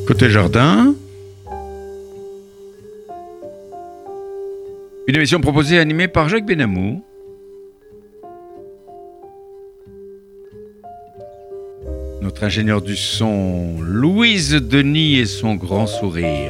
Côté Jardin. Une émission proposée et animée par Jacques Benamou. Notre ingénieur du son, Louise Denis et son grand sourire.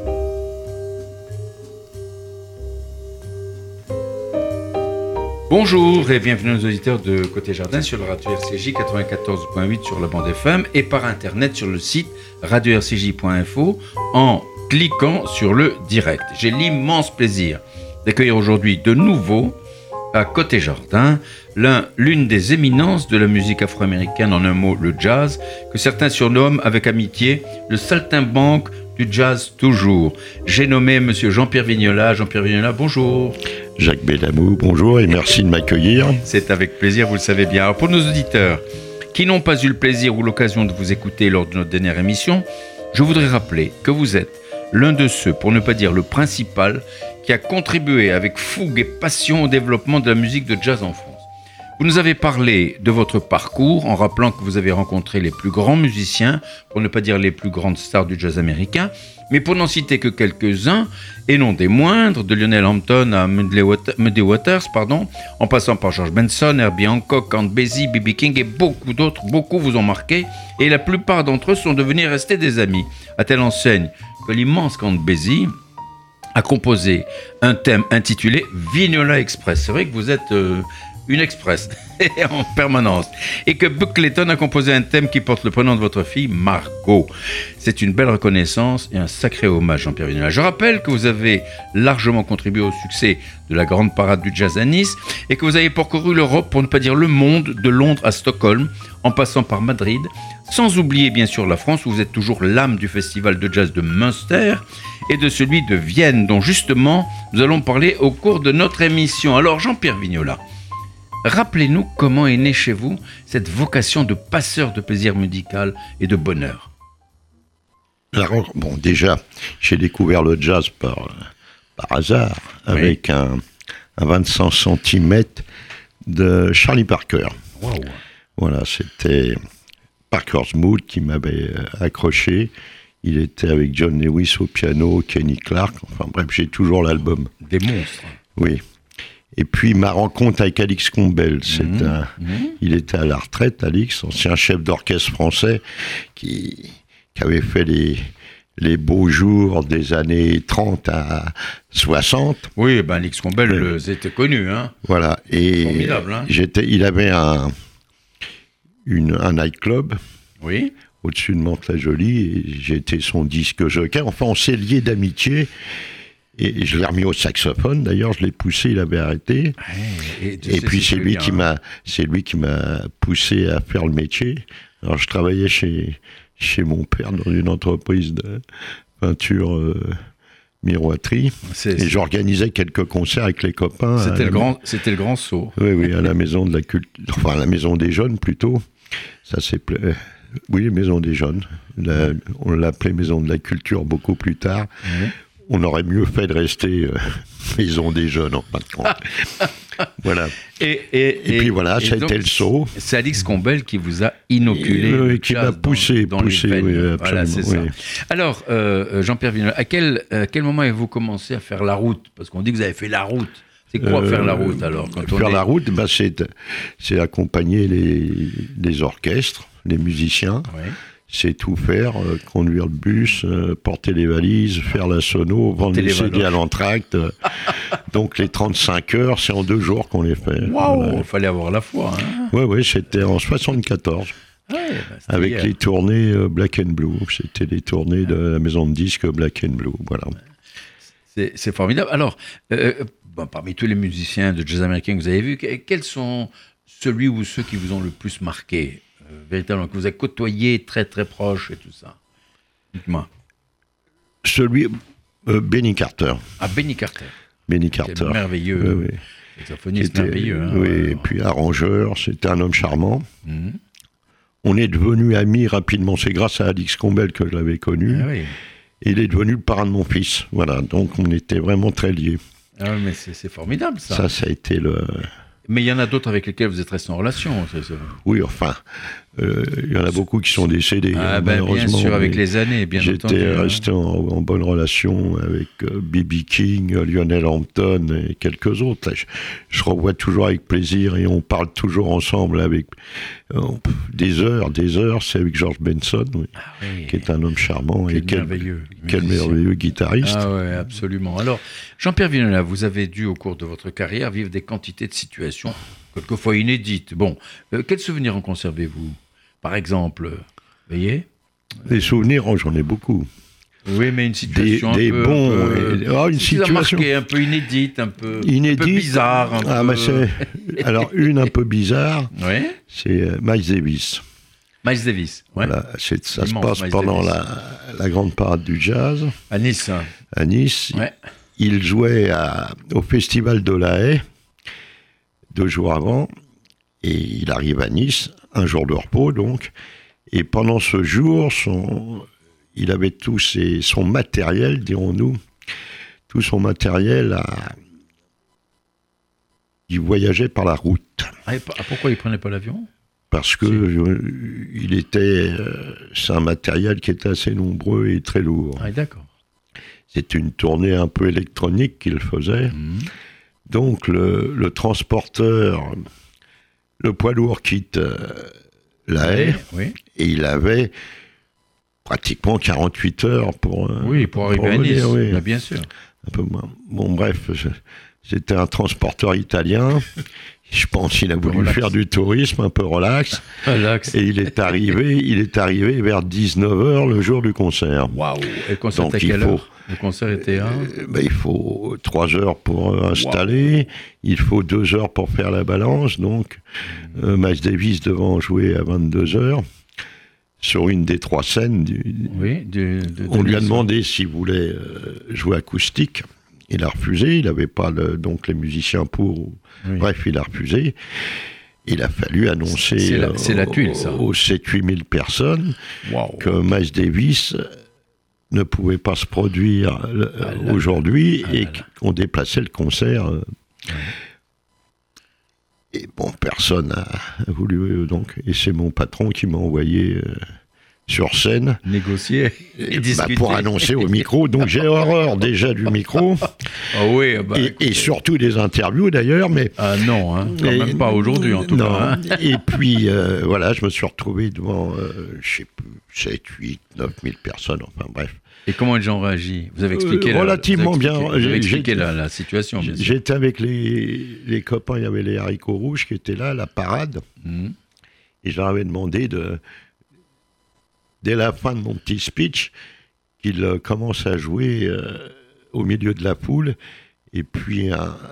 Bonjour et bienvenue aux auditeurs de Côté Jardin sur le radio RCJ 94.8 sur la bande FM et par internet sur le site radio-rcj.info en cliquant sur le direct. J'ai l'immense plaisir d'accueillir aujourd'hui de nouveau à Côté Jardin l'une des éminences de la musique afro-américaine, en un mot le jazz, que certains surnomment avec amitié le saltimbanque du jazz toujours. J'ai nommé monsieur Jean-Pierre Vignola. Jean-Pierre Vignola, bonjour. Jacques Benamou, bonjour et merci de m'accueillir. C'est avec plaisir, vous le savez bien. Alors pour nos auditeurs qui n'ont pas eu le plaisir ou l'occasion de vous écouter lors de notre dernière émission, je voudrais rappeler que vous êtes l'un de ceux, pour ne pas dire le principal, qui a contribué avec fougue et passion au développement de la musique de jazz en France. Vous nous avez parlé de votre parcours en rappelant que vous avez rencontré les plus grands musiciens, pour ne pas dire les plus grandes stars du jazz américain, mais pour n'en citer que quelques-uns, et non des moindres, de Lionel Hampton à Muddy Waters, en passant par George Benson, Herbie Hancock, Count Basie, B.B. King et beaucoup d'autres, beaucoup vous ont marqué, et la plupart d'entre eux sont devenus restés des amis, à telle enseigne que l'immense Count Basie a composé un thème intitulé Vignola Express. C'est vrai que vous êtes une express en permanence. Et que Buck Clayton a composé un thème qui porte le prénom de votre fille, Margot. C'est une belle reconnaissance et un sacré hommage, Jean-Pierre Vignola. Je rappelle que vous avez largement contribué au succès de la grande parade du jazz à Nice et que vous avez parcouru l'Europe, pour ne pas dire le monde, de Londres à Stockholm, en passant par Madrid, sans oublier bien sûr la France, où vous êtes toujours l'âme du festival de jazz de Münster et de celui de Vienne, dont justement nous allons parler au cours de notre émission. Alors Jean-Pierre Vignola, rappelez-nous comment est née chez vous cette vocation de passeur de plaisir musical et de bonheur. Alors, bon, déjà, j'ai découvert le jazz par hasard, avec un 25 cm de Charlie Parker. Wow. Voilà, c'était Parker's Mood qui m'avait accroché. Il était avec John Lewis au piano, Kenny Clarke, enfin bref, j'ai toujours l'album. Des monstres. Oui. Et puis ma rencontre avec Alix Combel, il était à la retraite, Alix, ancien chef d'orchestre français qui avait fait les beaux jours des années 30 à 60. Oui, ben Alix Combel, c'était connu, hein. Voilà, et formidable, hein. Il avait un nightclub. Oui. Au-dessus de Mantes-la-Jolie, et j'ai été son disque jockey. Enfin, on s'est liés d'amitié. Et je l'ai remis au saxophone, d'ailleurs, je l'ai poussé, il avait arrêté. Et puis c'est lui qui m'a poussé à faire le métier. Alors je travaillais chez mon père dans une entreprise de peinture miroiterie. Et j'organisais quelques concerts avec les copains. C'était le grand saut. Oui, à la maison de la culture, enfin à la maison des jeunes plutôt. Ça s'appelait... Oui, Maison des Jeunes. On l'appelait Maison de la Culture beaucoup plus tard. On aurait mieux fait de rester Maison des Jeunes, en fin de compte. Voilà. Et puis voilà, ça a été le saut. C'est Alix Combel qui vous a inoculé. Qui m'a poussé. Dans les veines. Oui, absolument. Voilà, c'est ça. Alors, Jean-Pierre Vignola, à quel moment avez-vous commencé à faire la route ? Parce qu'on dit que vous avez fait la route. C'est quoi faire la route alors la route, c'est accompagner les orchestres, les musiciens. Oui. C'est tout faire, conduire le bus, porter les valises, faire la sono, vendre les CD à l'entracte. Donc les 35 heures, c'est en 2 jours qu'on les fait. Waouh, il fallait avoir la foi. Hein. Oui, c'était en 74. Avec les tournées Black and Blue. C'était les tournées de la maison de disques Black and Blue. Voilà. C'est formidable. Alors, parmi tous les musiciens de jazz américain que vous avez vus, quels sont celui ou ceux qui vous ont le plus marqué, véritablement, que vous avez côtoyé très très proche et tout ça? Dites-moi. Benny Carter. Ah, Benny Carter. Benny Carter. C'est merveilleux. Oui. Saxophoniste merveilleux. Hein, et puis arrangeur, c'était un homme charmant. On est devenus amis rapidement. C'est grâce à Alix Combel que je l'avais connu. Ah, oui. Et il est devenu le parrain de mon fils. Voilà, donc on était vraiment très liés. Ah, mais c'est formidable, ça. Ça a été le... Mais il y en a d'autres avec lesquels vous êtes restés en relation. Oui, enfin, Il y en a beaucoup qui sont décédés. Malheureusement. Bien sûr, avec les années, bien entendu. J'étais resté en bonne relation avec B.B. King, Lionel Hampton et quelques autres. Là, je revois toujours avec plaisir et on parle toujours ensemble avec des heures. C'est avec George Benson, qui est un homme charmant et quel merveilleux guitariste. Ah ouais, absolument. Alors, Jean-Pierre Villena, vous avez dû, au cours de votre carrière, vivre des quantités de situations, quelquefois inédites. Bon, quels souvenirs en conservez-vous ? Par exemple, voyez ? Des souvenirs, j'en ai beaucoup. Oui, mais une situation une situation un peu inédite, un peu bizarre. Alors, une un peu bizarre, ouais. C'est Miles Davis. Miles Davis, ouais. Voilà, ça se passe pendant la grande parade du jazz. À Nice. À Nice. Ouais. Il jouait au Festival de la Haye 2 jours avant, et il arrive à Nice, un jour de repos donc, et pendant ce jour, il avait tout son matériel, dirons-nous, tout son matériel, il voyageait par la route. Pourquoi il ne prenait pas l'avion ? Parce que c'est un matériel qui était assez nombreux et très lourd. Ah, d'accord. C'est une tournée un peu électronique qu'il faisait. Donc le transporteur, le poids lourd quitte la Haye, et il avait pratiquement 48 heures pour arriver à Nice, bien sûr. Un peu moins. Bon, bref, c'était un transporteur italien. Je pense qu'il a voulu faire du tourisme un peu relax. Et il est arrivé vers 19h le jour du concert. Waouh! Et le concert était à quelle heure? Le concert était il faut 3 heures pour installer, il faut 2 heures pour faire la balance, donc Miles Davis devant jouer à 22h sur une des 3 scènes. On lui a demandé s'il voulait jouer acoustique. Il a refusé, il n'avait pas donc les musiciens pour. Bref, il a refusé. Il a fallu annoncer aux 7-8 000 personnes que Miles Davis ne pouvait pas se produire aujourd'hui et qu'on déplaçait le concert. Et bon, personne n'a voulu. Donc, et c'est mon patron qui m'a envoyé sur scène. Négocier et discuter. Pour annoncer au micro. Donc j'ai horreur déjà du micro. Et surtout des interviews d'ailleurs. Mais, quand même pas aujourd'hui en tout cas. Et puis voilà, je me suis retrouvé devant, je sais plus, 7, 8, 9 000 personnes, enfin bref. Et comment les gens réagissent? Vous avez expliqué relativement bien. Vous avez expliqué la situation. J'étais avec les copains, il y avait les haricots rouges qui étaient là, la parade. Et je leur avais demandé dès la fin de mon petit speech, qu'ils commencent à jouer au milieu de la foule, et puis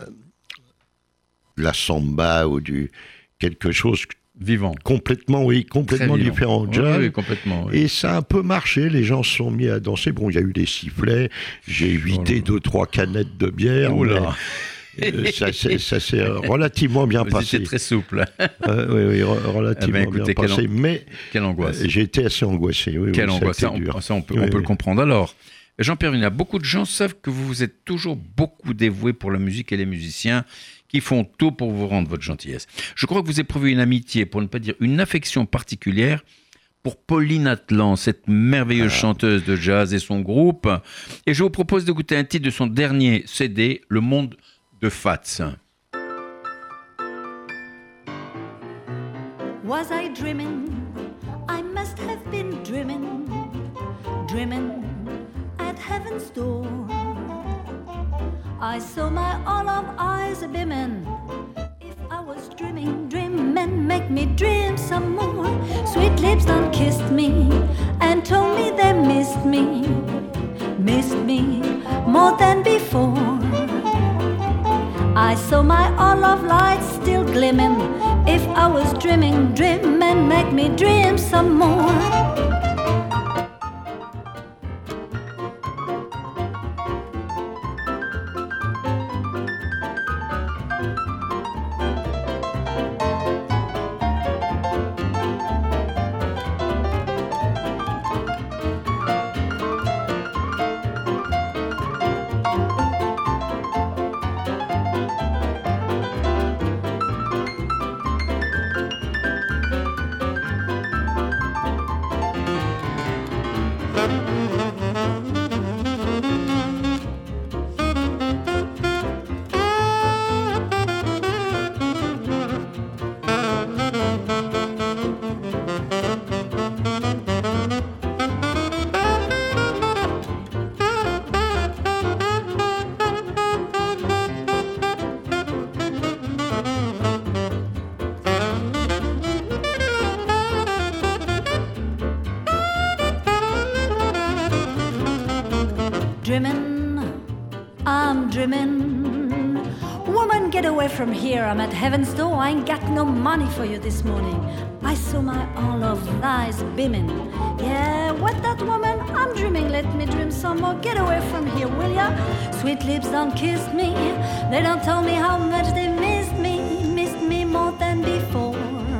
la samba ou quelque chose vivant, complètement différent au jazz. Oui, complètement. Oui. Et ça a un peu marché, les gens se sont mis à danser. Bon, il y a eu des sifflets, j'ai évité 2-3 canettes de bière. Ça s'est relativement bien passé. C'était très souple. Oui, relativement bien passé. Mais quelle angoisse. J'ai été assez angoissé. Quelle angoisse. Ça, on peut le comprendre. Alors, Jean-Pierre Villena, beaucoup de gens savent que vous êtes toujours beaucoup dévoué pour la musique et les musiciens qui font tout pour vous rendre votre gentillesse. Je crois que vous éprouvez une amitié, pour ne pas dire une affection particulière, pour Pauline Atlan, cette merveilleuse chanteuse de jazz et son groupe. Et je vous propose d'écouter un titre de son dernier CD, Le Monde de Fats. Was I dreaming? I must have been dreaming at heaven's door. I saw my olive eyes a-beaming. If I was dreaming, make me dream some more. Sweet lips done kissed me and told me they missed me more than before. I saw my olive light still gleaming. If I was dreaming, make me dream some more. dreaming, I'm dreaming. Woman, get away from here, I'm at heaven's door. I ain't got no money for you this morning. I saw my all of eyes beaming. Yeah, what that woman? I'm dreaming, let me dream some more. Get away from here, will ya? Sweet lips don't kiss me. They don't tell me how much they missed me more than before.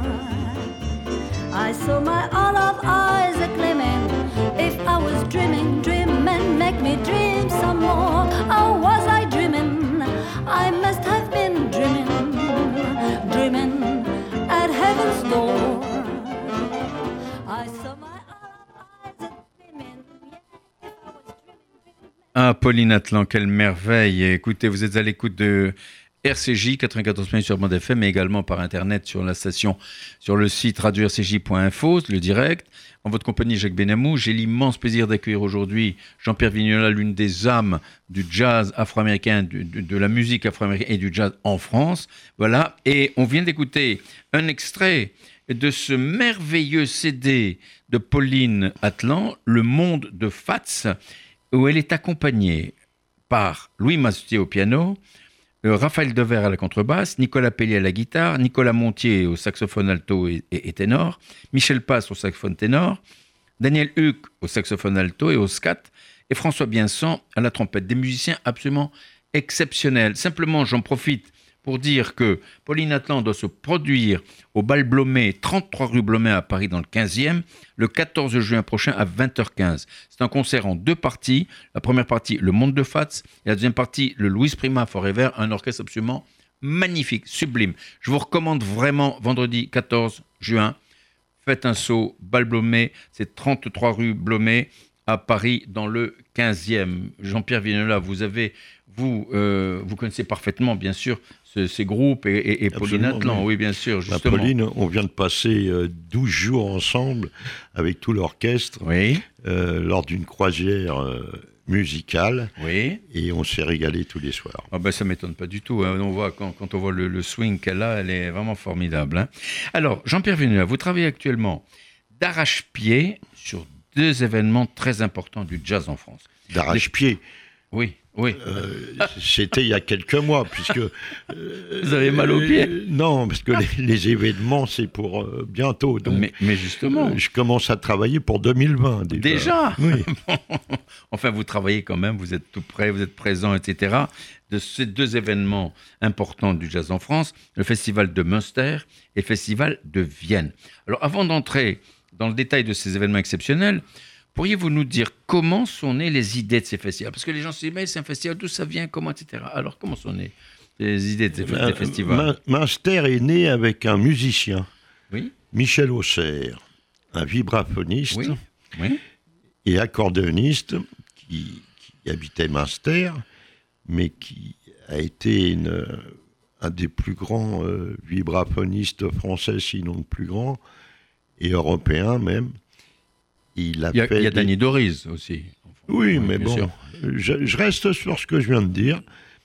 I saw my all of eyes a-gleaming. If I was dreaming, make me dream some more. Oh, was I dreaming? I must have been dreaming at heaven's door. I saw my all of eyes a-gleaming. Yeah, if I was dreaming. Ah, Pauline Atlan, quelle merveille. Écoutez, vous êtes à l'écoute de RCJ 94.8 sur Bande FM, mais également par internet sur la station, sur le site radio-rcj.info, le direct. En votre compagnie, Jacques Benamou. J'ai l'immense plaisir d'accueillir aujourd'hui Jean-Pierre Vignola, l'une des âmes du jazz afro-américain, de la musique afro-américaine et du jazz en France. Voilà, et on vient d'écouter un extrait de ce merveilleux CD de Pauline Atlan, Le Monde de Fats, où elle est accompagnée par Louis Massuté au piano, Raphaël Dever à la contrebasse, Nicolas Pellier à la guitare, Nicolas Montier au saxophone alto et ténor, Michel Passe au saxophone ténor, Daniel Huck au saxophone alto et au scat, et François Biensan à la trompette. Des musiciens absolument exceptionnels. Simplement, j'en profite pour dire que Pauline Atlan doit se produire au Bal Blomet, 33 rue Blomet à Paris dans le 15e, le 14 juin prochain à 20h15. C'est un concert en deux parties. La première partie, Le Monde de Fats, et la deuxième partie, le Louis Prima Forever, un orchestre absolument magnifique, sublime. Je vous recommande vraiment, vendredi 14 juin, faites un saut, Bal Blomet, c'est 33 rue Blomet à Paris dans le 15e. Jean-Pierre Vignola, vous connaissez parfaitement, bien sûr, ces groupes et Pauline Atlan, oui, bien sûr, justement. Pauline, on vient de passer 12 jours ensemble avec tout l'orchestre, oui. Lors d'une croisière musicale, oui. Et on s'est régalé tous les soirs. Ah ben, ça ne m'étonne pas du tout, hein. On voit, quand on voit le swing qu'elle a, elle est vraiment formidable, hein. Alors, Jean-Pierre Vignola, vous travaillez actuellement d'arrache-pied sur deux événements très importants du jazz en France. D'arrache-pied. Oui, oui. C'était il y a quelques mois, puisque... Vous avez mal aux pieds? Non, parce que les événements, c'est pour bientôt. Donc, mais justement... je commence à travailler pour 2020. Déjà? Oui. Enfin, vous travaillez quand même, vous êtes tout près, vous êtes présent, etc. De ces deux événements importants du jazz en France, le Festival de Münster et le Festival de Vienne. Alors, avant d'entrer dans le détail de ces événements exceptionnels, pourriez-vous nous dire comment sont nées les idées de ces festivals? Parce que les gens se disent, mais c'est un festival, d'où ça vient, comment, etc. Alors, comment sont nées les idées de ces festivals? Münster est né avec un musicien, oui. Michel Auxerre, un vibraphoniste, oui. Oui. Et accordéoniste qui habitait Münster, mais qui a été un des plus grands vibraphonistes français, sinon le plus grand, et européen même. Il y a Danny Doris aussi. Oui, mais bon, je reste sur ce que je viens de dire.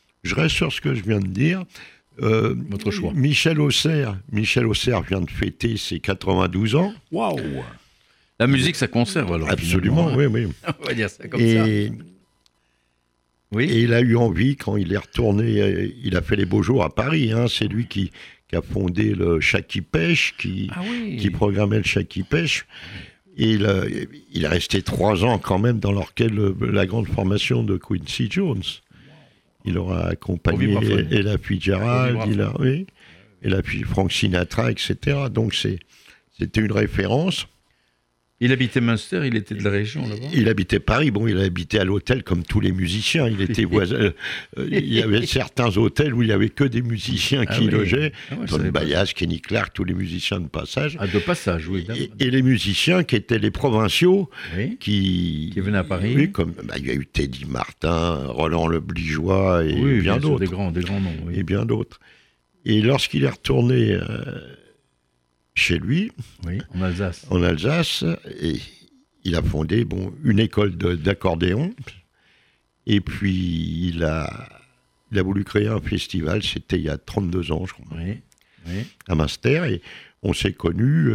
Votre choix. Michel Auxerre vient de fêter ses 92 ans. Waouh! La musique, ça conserve alors. Absolument, oui. On va dire ça comme ça. Oui. Et il a eu envie, quand il est retourné, il a fait les beaux jours à Paris. Hein, c'est lui qui a fondé le Chaki Pêche, qui programmait le Chaki Pêche. Et il est resté 3 ans quand même dans l'orchestre, la grande formation de Quincy Jones. Il aura accompagné Ella Fitzgerald, et puis Frank Sinatra, etc. Donc c'était une référence. Il habitait Münster, il était de la région là-bas. Il habitait Paris, il habitait à l'hôtel comme tous les musiciens. Il était voisin. Il y avait certains hôtels où il n'y avait que des musiciens qui logeaient. Tony Bayas, Kenny Clark, tous les musiciens de passage. Ah, de passage, oui. Et les musiciens qui étaient les provinciaux, qui venaient à Paris. Oui, comme il y a eu Teddy Martin, Roland Le Bligeois et bien d'autres. Des grands noms. Oui. Et bien d'autres. Et lorsqu'il est retourné chez lui, en Alsace, et il a fondé une école d'accordéon, et puis il a voulu créer un festival, c'était il y a 32 ans, je crois, à Münster, et on s'est connus.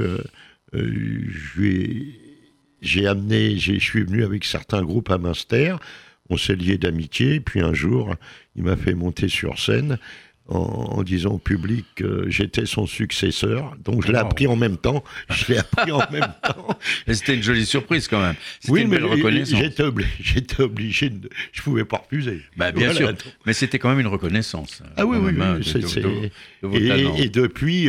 Je suis venu avec certains groupes à Münster, on s'est liés d'amitié. Et puis un jour, il m'a fait monter sur scène en disant au public que j'étais son successeur. Donc je l'ai appris en même temps. Et c'était une jolie surprise quand même. C'était une belle reconnaissance. J'étais obligé, je ne pouvais pas refuser. Bien sûr, mais c'était quand même une reconnaissance. Ah oui, de vos talents. Et depuis,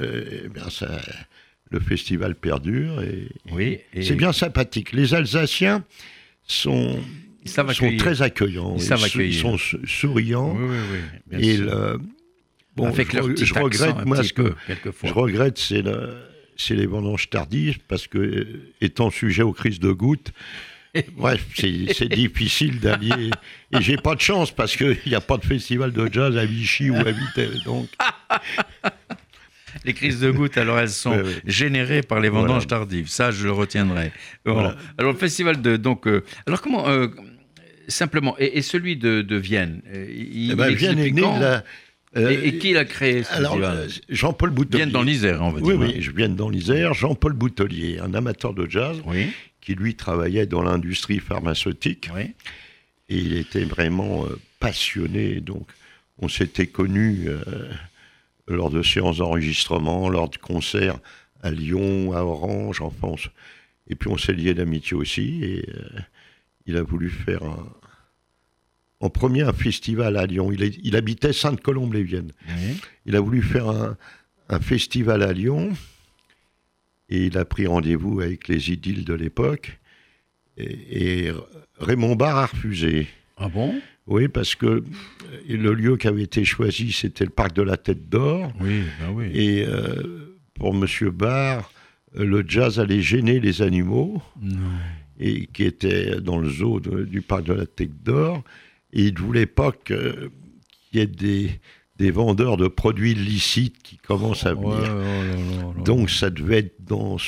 le festival perdure. Et c'est bien sympathique. Les Alsaciens sont très accueillants. Ils sont souriants. Oui, bien et sûr. Je regrette, moi, je regrette, c'est les vendanges tardives, parce que, étant sujet aux crises de gouttes, bref, c'est difficile d'allier. Et j'ai pas de chance, parce qu'il n'y a pas de festival de jazz à Vichy ou à Vittel, donc... Les crises de gouttes, alors elles sont générées par les vendanges tardives. Ça, je le retiendrai. Voilà. Alors, le festival de... alors, comment... simplement, et celui de Vienne, Vienne est né de la... et qui l'a créé, ce festival ? Jean-Paul Boutelier. Vienne dans l'Isère, on va dire. Oui, je viens dans l'Isère. Jean-Paul Boutelier, un amateur de jazz, qui lui travaillait dans l'industrie pharmaceutique. Oui. Et il était vraiment passionné. Donc, on s'était connus lors de séances d'enregistrement, lors de concerts à Lyon, à Orange, en France. Et puis, on s'est liés d'amitié aussi. Et il a voulu faire en premier un festival à Lyon. Il habitait Sainte-Colombe-les-Viennes. Oui. Il a voulu faire un festival à Lyon et il a pris rendez-vous avec les idylles de l'époque. Et Raymond Barre a refusé. Ah bon ? Oui, parce que le lieu qui avait été choisi, c'était le parc de la Tête d'Or. Oui. Et pour M. Barre, le jazz allait gêner les animaux. Non. Et qui étaient dans le zoo du parc de la Tête d'Or. Et il ne voulait pas qu'il y ait des vendeurs de produits illicites qui commencent à venir. Donc ça devait être dans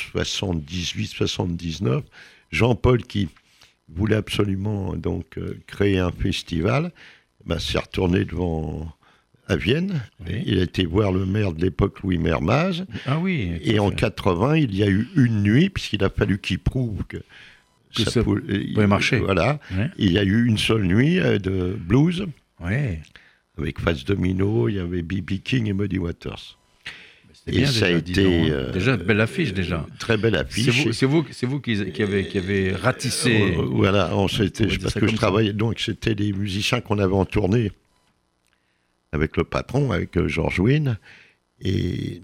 78-79. Jean-Paul, qui voulait absolument créer un festival, s'est retourné à Vienne. Oui. Il a été voir le maire de l'époque, Louis Mermaz. Ah oui. Et en 80, il y a eu une nuit, puisqu'il a fallu qu'il prouve que ça pouvait marcher. Voilà. Ouais. Il y a eu une seule nuit de blues. Oui. Avec Fats Domino, il y avait B.B. King et Muddy Waters. C'était bien, ça a été déjà belle affiche déjà. Très belle affiche. C'est vous qui avez ratissé. Voilà, parce que je travaillais. Donc c'était des musiciens qu'on avait en tournée avec le patron, avec George Wynne, et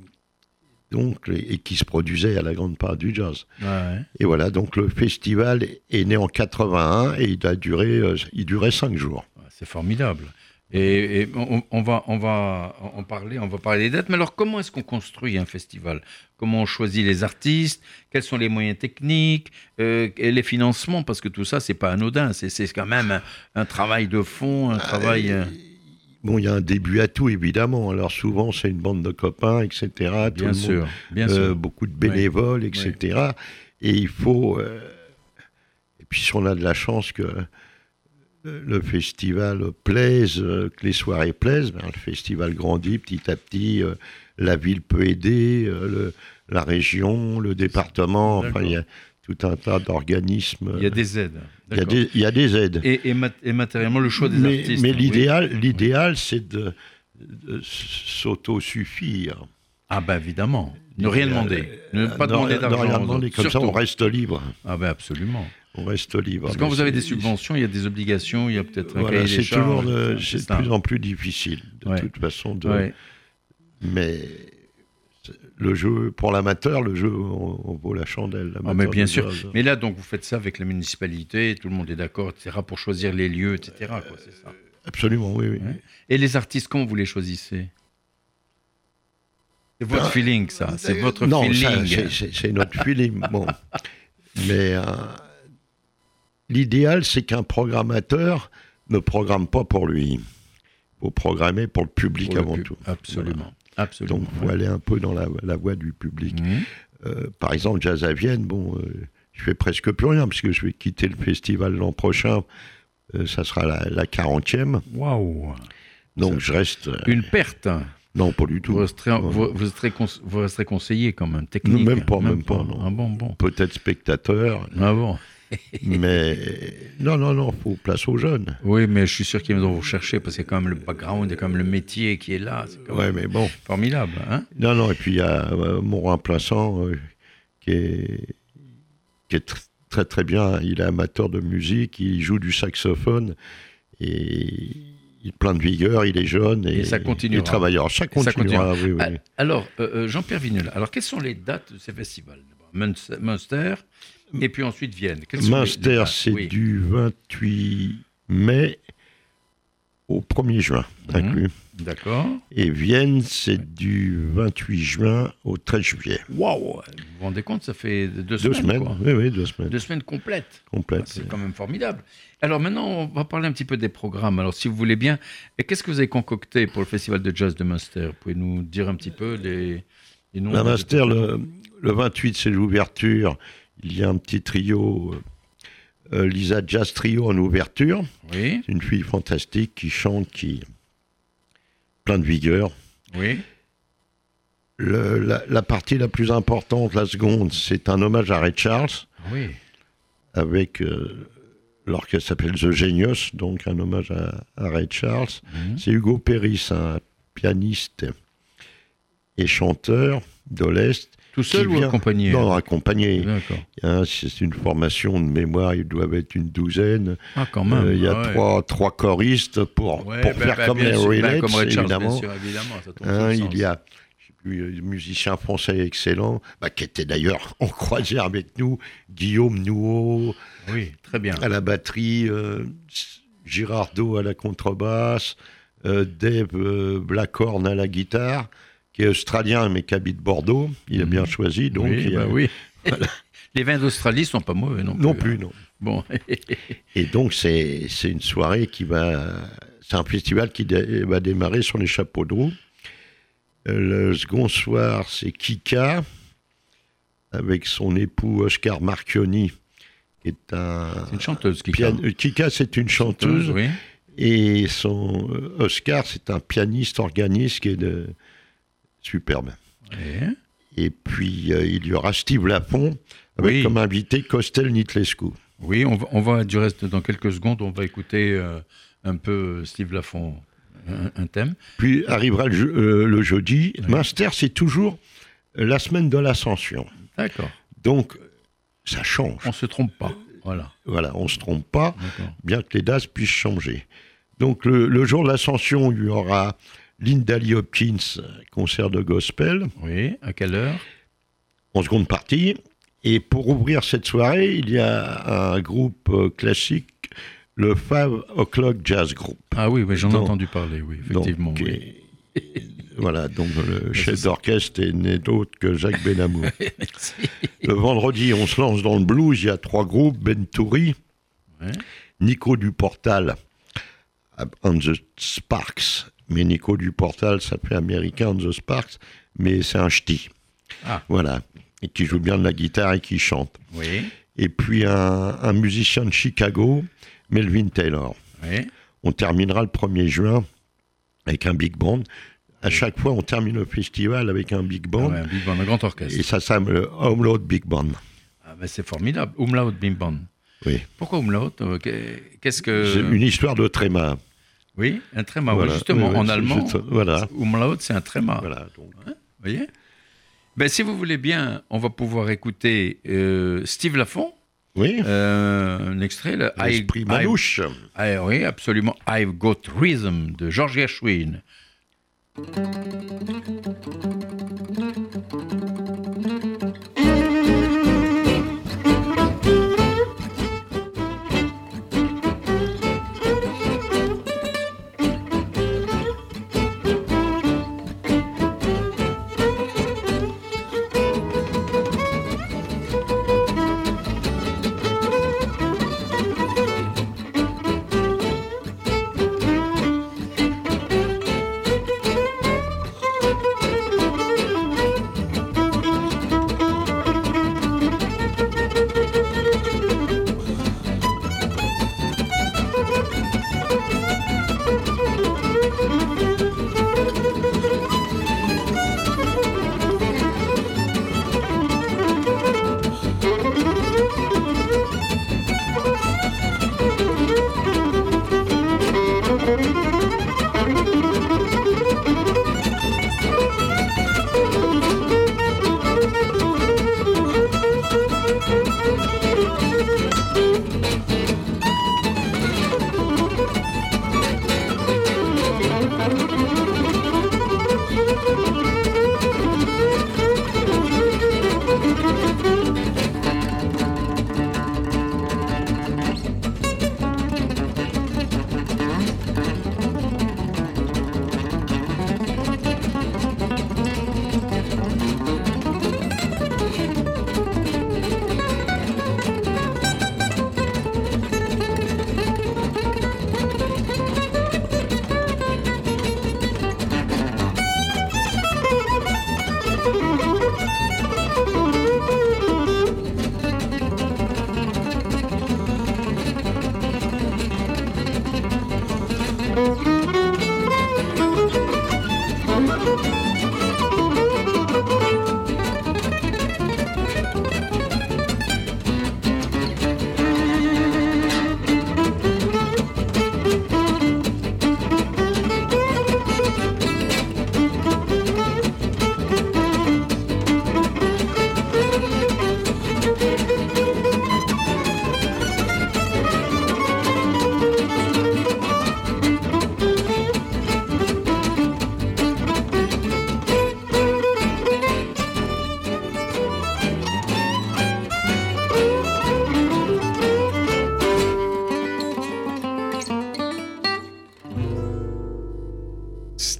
qui se produisait à la grande part du jazz. Ouais. Et voilà, donc le festival est né en 81 et il durait 5 jours. C'est formidable. Et on va en parler, on va parler des dates. Mais alors, comment est-ce qu'on construit un festival ? Comment on choisit les artistes ? Quels sont les moyens techniques ? Et les financements ? Parce que tout ça, c'est pas anodin. C'est quand même un travail de fond, un travail... Bon, il y a un début à tout, évidemment. Alors souvent, c'est une bande de copains, etc. Bien sûr. Beaucoup de bénévoles, etc. Oui. Et il faut... Et puis, si on a de la chance que le festival plaise, que les soirées plaisent, le festival grandit petit à petit, la ville peut aider, la région, le département, D'accord. Il y a tout un tas d'organismes. Il y a des aides. Il y a des aides. Et matériellement, le choix des artistes. Mais l'idéal, c'est de s'autosuffire. Ah ben évidemment. Ne rien demander. Ne pas demander d'argent. Ne rien demander, comme ça on reste libre. Ah ben absolument. On reste libre. Parce que quand vous avez des subventions, il y a des obligations, il y a peut-être un cahier des charges. C'est de plus en plus difficile, de toute façon. Mais le jeu, pour l'amateur, on vaut la chandelle. Mais bien sûr. Mais là, donc, vous faites ça avec la municipalité, tout le monde est d'accord, etc., pour choisir les lieux, etc., c'est ça. Absolument, oui. Ouais. Et les artistes, comment vous les choisissez ? C'est votre feeling, ça. C'est votre feeling. C'est notre feeling. Bon. Mais l'idéal, c'est qu'un programmateur ne programme pas pour lui. Il faut programmer pour le public avant tout. Absolument. Voilà. Absolument. Donc, il faut aller un peu dans la voie du public. Par exemple, Jazz à Vienne, je fais presque plus rien, parce que je vais quitter le festival l'an prochain. Ça sera la 40e. Waouh. Donc, je reste... Une perte. Non, pas du tout. Vous resterez conseiller quand même, technique. Même pas, non. Ah bon. Peut-être spectateur. Ah bon. Mais non, faut place aux jeunes. Oui, mais je suis sûr qu'ils vont vous chercher parce qu'il y a quand même le background, il y a quand même le métier qui est là. C'est quand même mais bon. Formidable, hein? Non, et puis il y a mon remplaçant qui est très très bien. Il est amateur de musique, il joue du saxophone et il est plein de vigueur, il est jeune et ça continuera. Il est travailleur. Ça continuera. Oui. Alors, Jean-Pierre Vinel, quelles sont les dates de ces festivals? Münster, et puis ensuite Vienne. Münster, c'est du 28 mai au 1er juin, inclus. D'accord. Et Vienne, c'est du 28 juin au 13 juillet. Waouh! Vous vous rendez compte, ça fait 2 semaines. Quoi. Oui, 2 semaines. 2 semaines complètes. C'est oui. quand même formidable. Alors maintenant, on va parler un petit peu des programmes. Alors si vous voulez bien, qu'est-ce que vous avez concocté pour le Festival de Jazz de Münster? Vous pouvez nous dire un petit peu les noms? À Münster, le 28, c'est l'ouverture. Il y a un petit trio, Lisa Jazz Trio en ouverture. Oui. C'est une fille fantastique qui chante, plein de vigueur. Oui. La partie la plus importante, la seconde, c'est un hommage à Ray Charles. Oui. Avec l'orchestre s'appelle The Genius, donc un hommage à Ray Charles. C'est Hugo Péris, un pianiste et chanteur de l'Est. Tout seul ou accompagné? Non, accompagné. D'accord. C'est une formation de mémoire, ils doivent être une douzaine. Ah, quand même. Il y a trois choristes pour faire comme les Relays, évidemment. Bien sûr, évidemment, ça tombe il y a un musicien français excellent, qui était d'ailleurs en croisière avec nous, Guillaume Nouveau. Oui, très bien. À la batterie, Girardeau à la contrebasse, Dave Blackhorn à la guitare, qui est australien mais qui habite Bordeaux. Il a bien choisi. Donc oui. Voilà. Les vins d'Australie sont pas mauvais non plus. Non. Bon. Et donc c'est une soirée c'est un festival qui va démarrer sur les chapeaux de roue. Le second soir, c'est Kika avec son époux Oscar Marchioni, qui est c'est une chanteuse. Kika, c'est une chanteuse. Oui. Et son Oscar, c'est un pianiste organiste qui est superbe. Et puis, il y aura Steve Lafont avec comme invité Costel Nitlescu. Oui, on va du reste, dans quelques secondes, on va écouter un peu Steve Lafont, un thème. Puis arrivera le jeudi. Oui. Münster, c'est toujours la semaine de l'Ascension. D'accord. Donc, ça change. On ne se trompe pas. Voilà, on ne se trompe pas, bien que les dates puissent changer. Donc, le jour de l'Ascension, il y aura Linda Lee Hopkins, concert de gospel. Oui, à quelle heure? En seconde partie. Et pour ouvrir cette soirée, il y a un groupe classique, le 5 O'Clock Jazz Group. Ah oui, j'en ai entendu parler, oui, effectivement. Donc, voilà, donc le chef d'orchestre n'est d'autre que Jacques Benamou. Le vendredi, on se lance dans le blues, il y a 3 groupes, Ben Toury, Nico Duportal, and the Sparks. Mais Nico Duportal, ça fait américain, and the Sparks, mais c'est un ch'ti. Ah. Voilà, et qui joue bien de la guitare et qui chante. Oui. Et puis un musicien de Chicago, Melvin Taylor. Oui. On terminera le 1er juin avec un big band. À chaque fois, on termine le festival avec un big band. Un big band, un grand orchestre. Et ça s'appelle le Umlaut Big Band. Ah ben c'est formidable, Umlaut Big Band. Oui. Pourquoi Umlaut? Qu'est-ce que... C'est une histoire de tréma. Oui, un tréma, voilà. Justement, en allemand, voilà. Umlaut, c'est un tréma. Voilà, donc. Vous voyez? Ben, si vous voulez bien, on va pouvoir écouter Steve Lafont. Oui. Un extrait. L'esprit manouche. Oui, absolument. I've Got Rhythm de George Gershwin.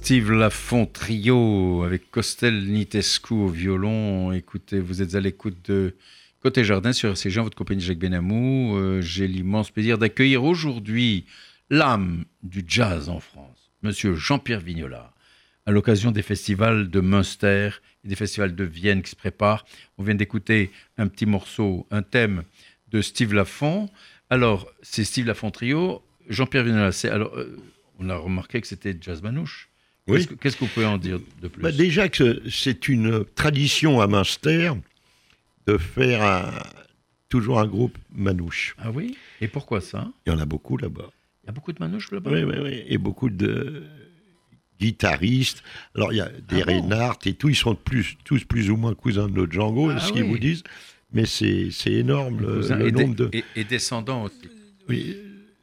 Steve Lafont Trio avec Costel Nitescu au violon. Écoutez, vous êtes à l'écoute de Côté Jardin sur RCG, votre compagnie Jacques Benamou. J'ai l'immense plaisir d'accueillir aujourd'hui l'âme du jazz en France, Monsieur Jean-Pierre Vignola, à l'occasion des festivals de Münster et des festivals de Vienne qui se préparent. On vient d'écouter un petit morceau, un thème de Steve Lafont. Alors, c'est Steve Lafont Trio. Jean-Pierre Vignola, on a remarqué que c'était jazz manouche. Oui. Qu'est-ce que vous pouvez en dire de plus ? Déjà que c'est une tradition à Münster de faire toujours un groupe manouche. Ah oui ? Et pourquoi ça ? Il y en a beaucoup là-bas. Il y a beaucoup de manouches là-bas ? Oui. Et beaucoup de guitaristes. Alors, il y a des Reinhardt et tout. Ils sont tous plus ou moins cousins de notre Django, ce qu'ils vous disent. Mais c'est énorme le nombre de... Et descendants aussi. Oui.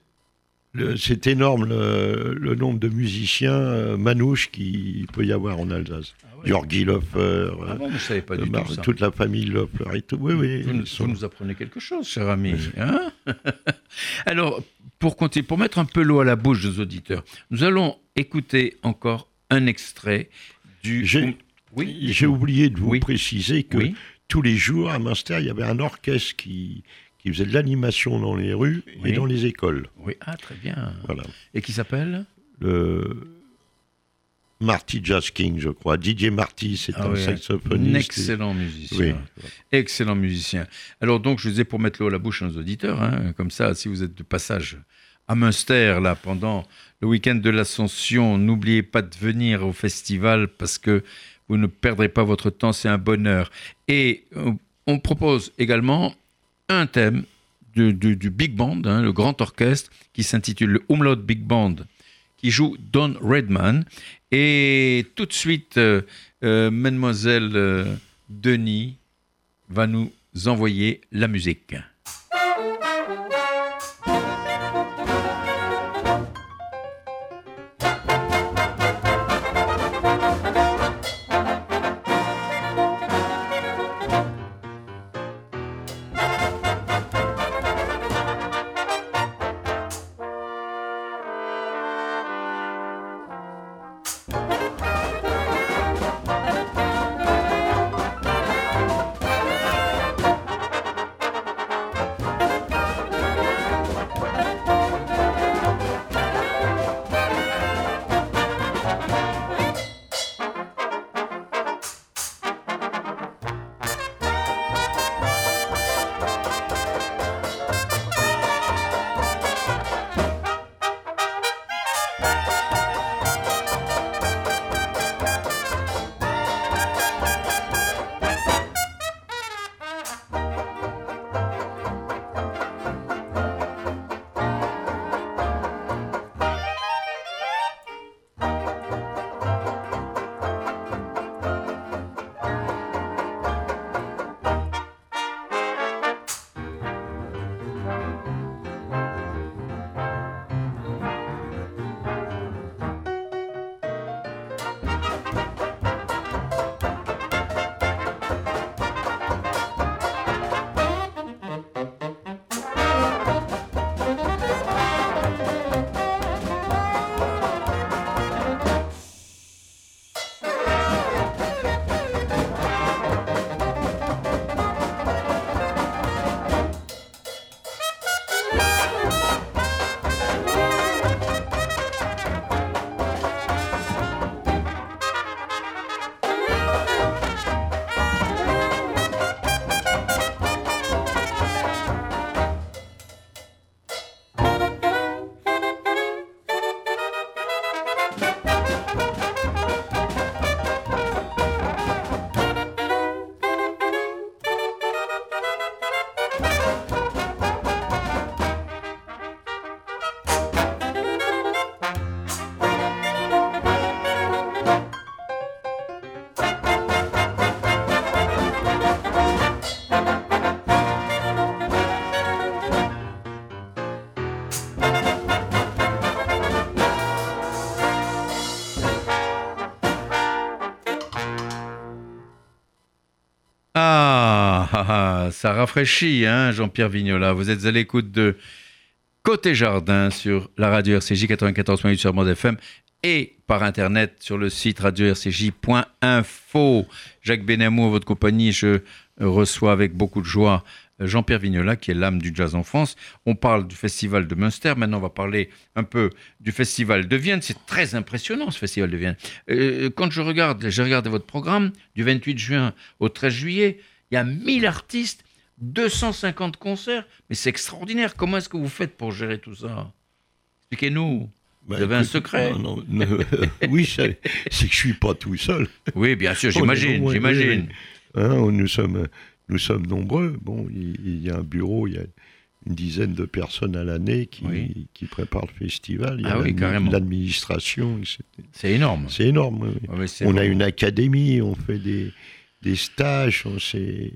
C'est énorme le nombre de musiciens manouches qu'il peut y avoir en Alsace. Georgi Löffler, je ne savais pas du tout ça. Toute la famille Löffler et tout. Oui. Vous nous apprenez quelque chose, cher ami. Hein. Alors, pour mettre un peu l'eau à la bouche des auditeurs, nous allons écouter encore un extrait du... J'ai oublié de vous préciser que tous les jours, à Münster, il y avait un orchestre qui faisait de l'animation dans les rues et dans les écoles. Oui, très bien. Voilà. Et qui s'appelle ? Le Marty Jazz King, je crois. DJ Marty, c'est un saxophoniste. Un excellent musicien. Excellent musicien. Alors donc, je disais pour mettre l'eau à la bouche à nos auditeurs, comme ça, si vous êtes de passage à Münster, là, pendant le week-end de l'Ascension, n'oubliez pas de venir au festival parce que vous ne perdrez pas votre temps, c'est un bonheur. Et on propose également un thème du Big Band, le grand orchestre, qui s'intitule le Umlaut Big Band, qui joue Don Redman. Et tout de suite, Mademoiselle Denis va nous envoyer la musique. Ça rafraîchit, Jean-Pierre Vignola. Vous êtes à l'écoute de Côté Jardin sur la radio RCJ 94.8 sur Monde FM et par Internet sur le site radio-rcj.info. Jacques Benamou, à votre compagnie, je reçois avec beaucoup de joie Jean-Pierre Vignola, qui est l'âme du jazz en France. On parle du festival de Münster. Maintenant, on va parler un peu du festival de Vienne. C'est très impressionnant, ce festival de Vienne. Quand j'ai regardé votre programme, du 28 juin au 13 juillet, il y a 1000 artistes, 250 concerts. Mais c'est extraordinaire. Comment est-ce que vous faites pour gérer tout ça? Expliquez-nous. Vous avez un secret? Non. Oui, c'est que je ne suis pas tout seul. Oui, bien sûr, j'imagine. Oui. Hein, nous sommes nombreux. Bon, il y a un bureau, il y a une dizaine de personnes à l'année qui préparent le festival. Il y a l'administration. C'est énorme. C'est énorme, oui. Ouais, on a une académie, on fait des stages, on fait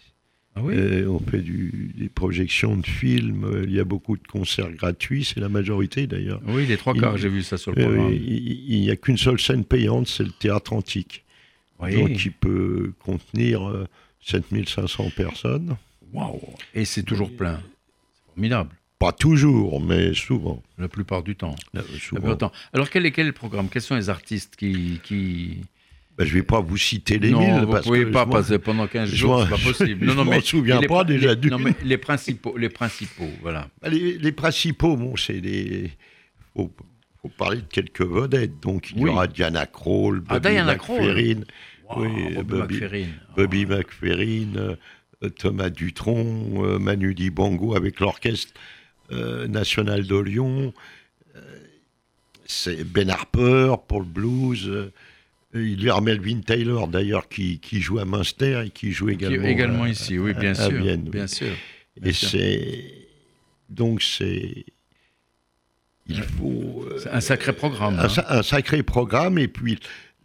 des projections de films. Il y a beaucoup de concerts gratuits, c'est la majorité d'ailleurs. Oui, les 3/4, j'ai vu ça sur le programme. Il n'y a qu'une seule scène payante, c'est le Théâtre Antique. Oui. Donc il peut contenir 7500 personnes. Waouh! Et c'est toujours plein. C'est formidable. Pas toujours, mais souvent. La plupart du temps. Souvent. Alors quel est le programme? Quels sont les artistes qui... Ben, je ne vais pas vous citer les 1000. Non, vous ne pouvez pas passer pendant 15 jours, c'est pas possible. Je ne m'en souviens pas déjà. Non, mais les principaux, voilà. Les principaux, bon, c'est des... faut parler de quelques vedettes. Donc, il y aura Diana Krall, Bobby McFerrin. Wow, Bobby McFerrin, Thomas Dutronc, Manu Dibango avec l'Orchestre National de Lyon. C'est Ben Harper pour le blues. Il y a Melvin Taylor d'ailleurs qui joue à Münster et qui joue également ici, oui, bien sûr, Vienne. Bien sûr. C'est il faut c'est un sacré programme. Un sacré programme, et puis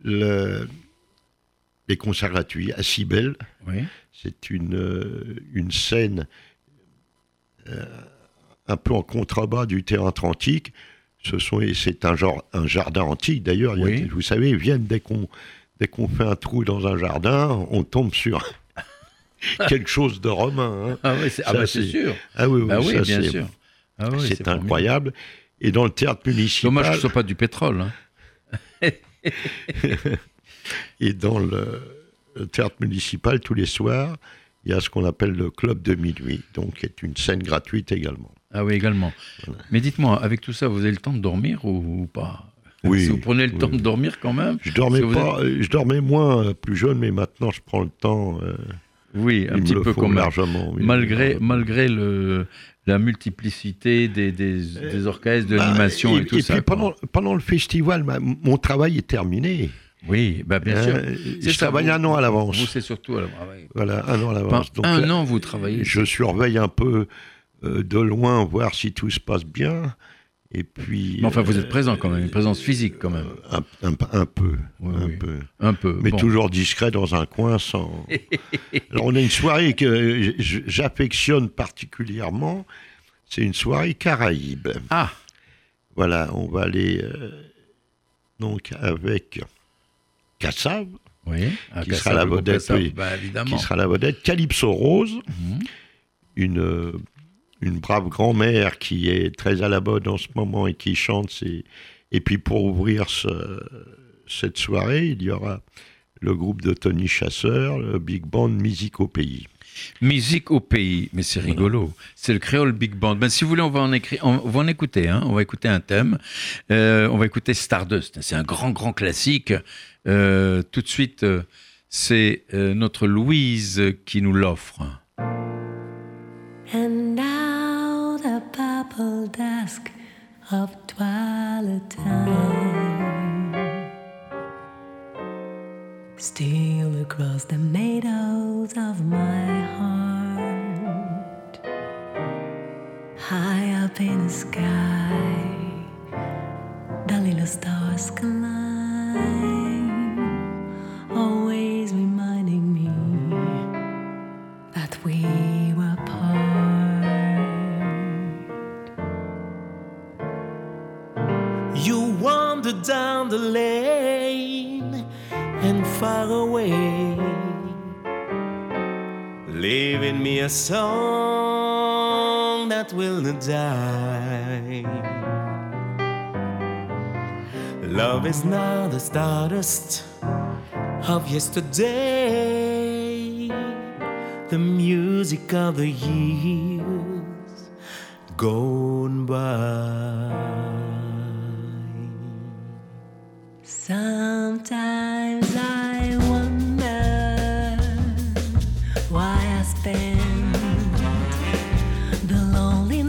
les concerts gratuits à Cybèle. Oui. C'est une scène un peu en contrebas du théâtre antique. C'est un jardin antique d'ailleurs. Oui. Vous savez, Vienne, dès qu'on fait un trou dans un jardin, on tombe sur quelque chose de romain. Hein. Ah oui, c'est sûr. Ah oui, bien sûr. Ah oui, c'est incroyable. Et dans le théâtre municipal... Dommage que ce soit pas du pétrole. Hein. Et dans le théâtre municipal, tous les soirs, il y a ce qu'on appelle le club de minuit, donc qui est une scène gratuite également. Ah oui, également. Voilà. Mais dites-moi, avec tout ça, vous avez le temps de dormir ou pas? Oui. Si vous prenez le temps de dormir quand même? Je dormais moins plus jeune, mais maintenant je prends le temps. Oui, un petit peu comme largement. Oui, malgré la multiplicité des orchestres, de l'animation et tout ça. Et puis pendant le festival, mon travail est terminé. Oui, bien sûr. Je travaille un an à l'avance. Vous, c'est surtout à l'avance. Voilà, un an à l'avance. Donc, un an, vous travaillez. Je surveille un peu de loin, voir si tout se passe bien. Et puis. Mais enfin, vous êtes présent quand même, une présence physique quand même. Un peu. Un peu. Mais toujours discret dans un coin sans. Alors, on a une soirée que j'affectionne particulièrement. C'est une soirée Caraïbe. Ah! Voilà, on va aller donc avec Kassav, qui sera la vedette. Qui sera la vedette. Calypso Rose, une brave grand-mère qui est très à la mode en ce moment et qui chante. Et puis pour ouvrir cette soirée, il y aura le groupe de Tony Chasseur, le Big Band Musique au Pays. Musique au Pays, mais c'est rigolo. C'est le créole Big Band. Si vous voulez, on va en écouter. On va écouter un thème. On va écouter Stardust. C'est un grand classique. Tout de suite, c'est notre Louise qui nous l'offre. And now the purple dusk of twilight time steal across the meadows of my heart. High up in the sky, the little stars climb, always reminding me that we were apart. You wander down the lane and far away, leaving me a song that will not die. Love is now the stardust of yesterday, the music of the years gone by. Sometimes I wonder why I spend the lonely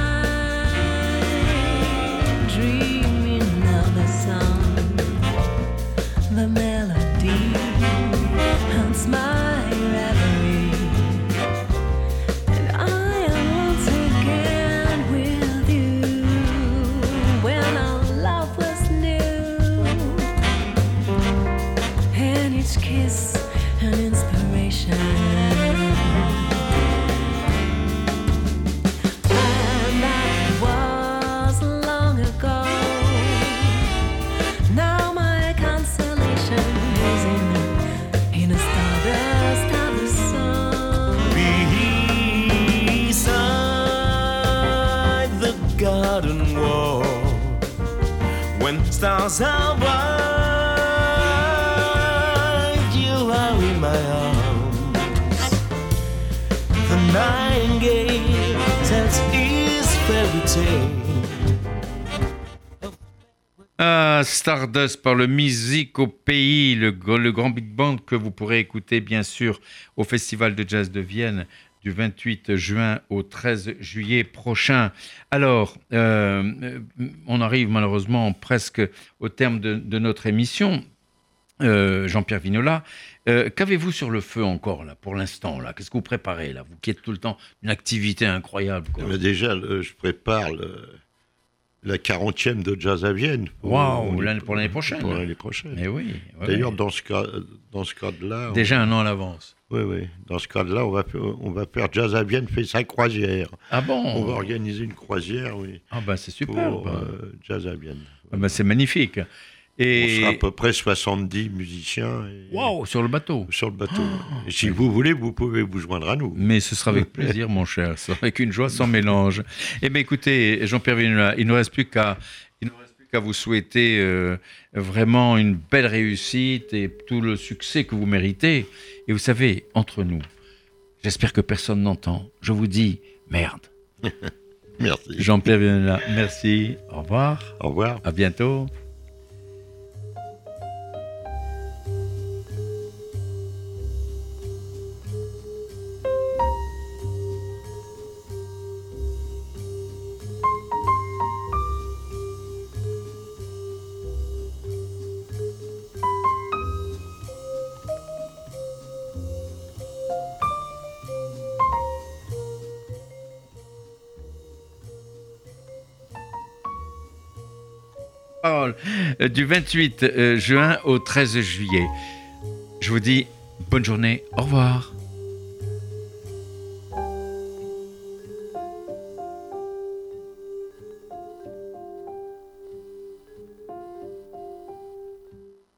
night dreaming of the song, the melody haunts my reverie, and I am once again with you when our love was new, and each kiss an inspiration. And that was long ago. Now my consolation is in the stardust of the sun. Beside the garden wall, when stars are bright, you are in my arms. The nightingale tells his fairy tale. Ah, Stardust par le Musique au Pays, le grand big band que vous pourrez écouter bien sûr au Festival de Jazz de Vienne du 28 juin au 13 juillet prochain. Alors, on arrive malheureusement presque au terme de notre émission. Jean-Pierre Vignola, qu'avez-vous sur le feu encore là pour l'instant là? Qu'est-ce que vous préparez là? Vous qui êtes tout le temps une activité incroyable, quoi. Mais déjà, je prépare la 40e de Jazz à Vienne. Waouh, pour l'année prochaine. Pour l'année prochaine. Eh oui. D'ailleurs, oui. dans ce cadre-là... Déjà un an à l'avance. Oui. Dans ce cadre-là, on va faire Jazz à Vienne fait sa croisière. Ah bon? On va organiser une croisière, oui. Ah ben c'est super. Pour Jazz à Vienne. Ah ben, c'est magnifique. Et... On sera à peu près 70 musiciens. Waouh, sur le bateau. Sur le bateau. Et si vous voulez, vous pouvez vous joindre à nous. Mais ce sera avec plaisir, mon cher. Ce sera avec une joie sans mélange. Eh bien, écoutez, Jean-Pierre Vignola, il ne nous reste plus qu'à vous souhaiter vraiment une belle réussite et tout le succès que vous méritez. Et vous savez, entre nous, j'espère que personne n'entend. Je vous dis merde. Merci. Jean-Pierre Vignola, merci. Au revoir. Au revoir. À bientôt. Du 28 juin au 13 juillet. Je vous dis bonne journée, au revoir.